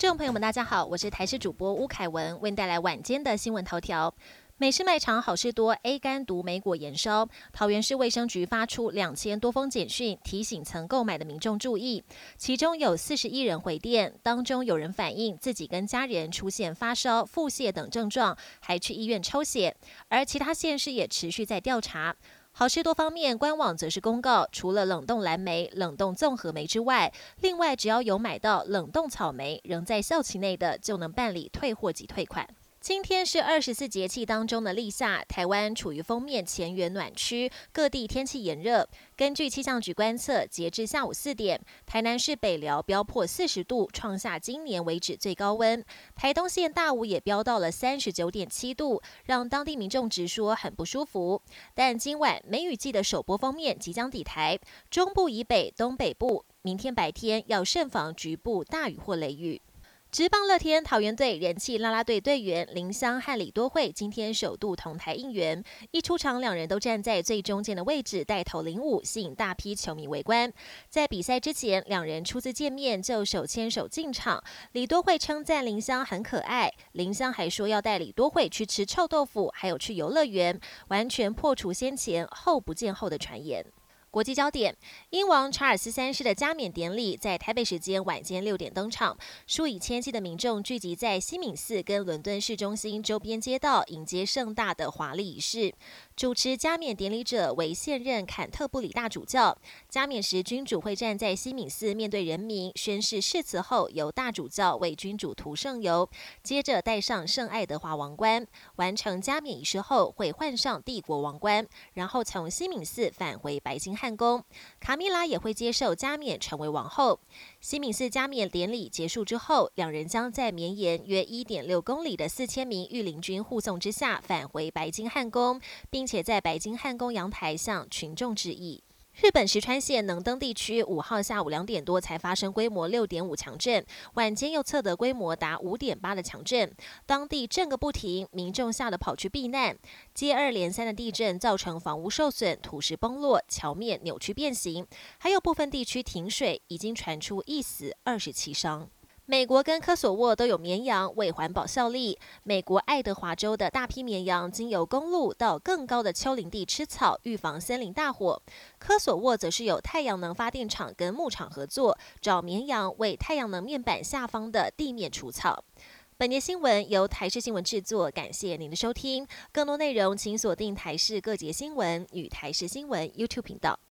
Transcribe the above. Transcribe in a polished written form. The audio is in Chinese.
众朋友们，大家好，我是台视主播吴凯文，为您带来晚间的新闻头条。美式卖场好事多 A 肝毒莓果延烧，桃园市卫生局发出2000多封简讯，提醒曾购买的民众注意。其中有41人回电，当中有人反映自己跟家人出现发烧、腹泻等症状，还去医院抽血。而其他县市也持续在调查。好事多方面官网则是公告，除了冷冻蓝莓、冷冻综合莓之外，另外只要有买到冷冻草莓，仍在效期内的，就能办理退货及退款。今天是24节气当中的立夏，台湾处于锋面前缘暖区，各地天气炎热。根据气象局观测，截至下午4点，台南市北寮飙破40度，创下今年为止最高温。台东县大武也飙到了39.7度，让当地民众直说很不舒服。但今晚梅雨季的首波锋面即将抵台，中部以北、东北部明天白天要慎防局部大雨或雷雨。职棒乐天桃园队人气啦啦队队员林湘和李多慧今天首度同台应援，一出场两人都站在最中间的位置带头领舞，吸引大批球迷围观。在比赛之前，两人初次见面就手牵手进场，李多慧称赞林湘很可爱，林湘还说要带李多慧去吃臭豆腐，还有去游乐园，完全破除先前后不见后的传言。国际焦点：英王查尔斯3世的加冕典礼在台北时间晚间6点登场，数以千计的民众聚集在西敏寺跟伦敦市中心周边街道，迎接盛大的华丽仪式。主持加冕典礼者为现任坎特布里大主教。加冕时，君主会站在西敏寺面对人民宣誓誓词后，由大主教为君主涂圣油，接着戴上圣爱德华王冠。完成加冕仪式后，会换上帝国王冠，然后从西敏寺返回白金汉宫。卡米拉也会接受加冕，成为王后。西敏寺加冕典礼结束之后，两人将在绵延约1.6公里的4000名御林军护送之下返回白金汉宫，并且在白金汉宫阳台向群众致意。日本石川县能登地区5号下午2点多才发生规模6.5强震，晚间又测得规模达5.8的强震，当地震个不停，民众吓得跑去避难。接二连三的地震造成房屋受损、土石崩落、桥面扭曲变形，还有部分地区停水，已经传出1死27伤。美国跟科索沃都有绵羊为环保效力。美国爱德华州的大批绵羊经由公路到更高的丘陵地吃草，预防森林大火。科索沃则是有太阳能发电厂跟牧场合作，找绵羊为太阳能面板下方的地面除草。本节新闻由台视新闻制作，感谢您的收听。更多内容请锁定台视各节新闻与台视新闻 YouTube 频道。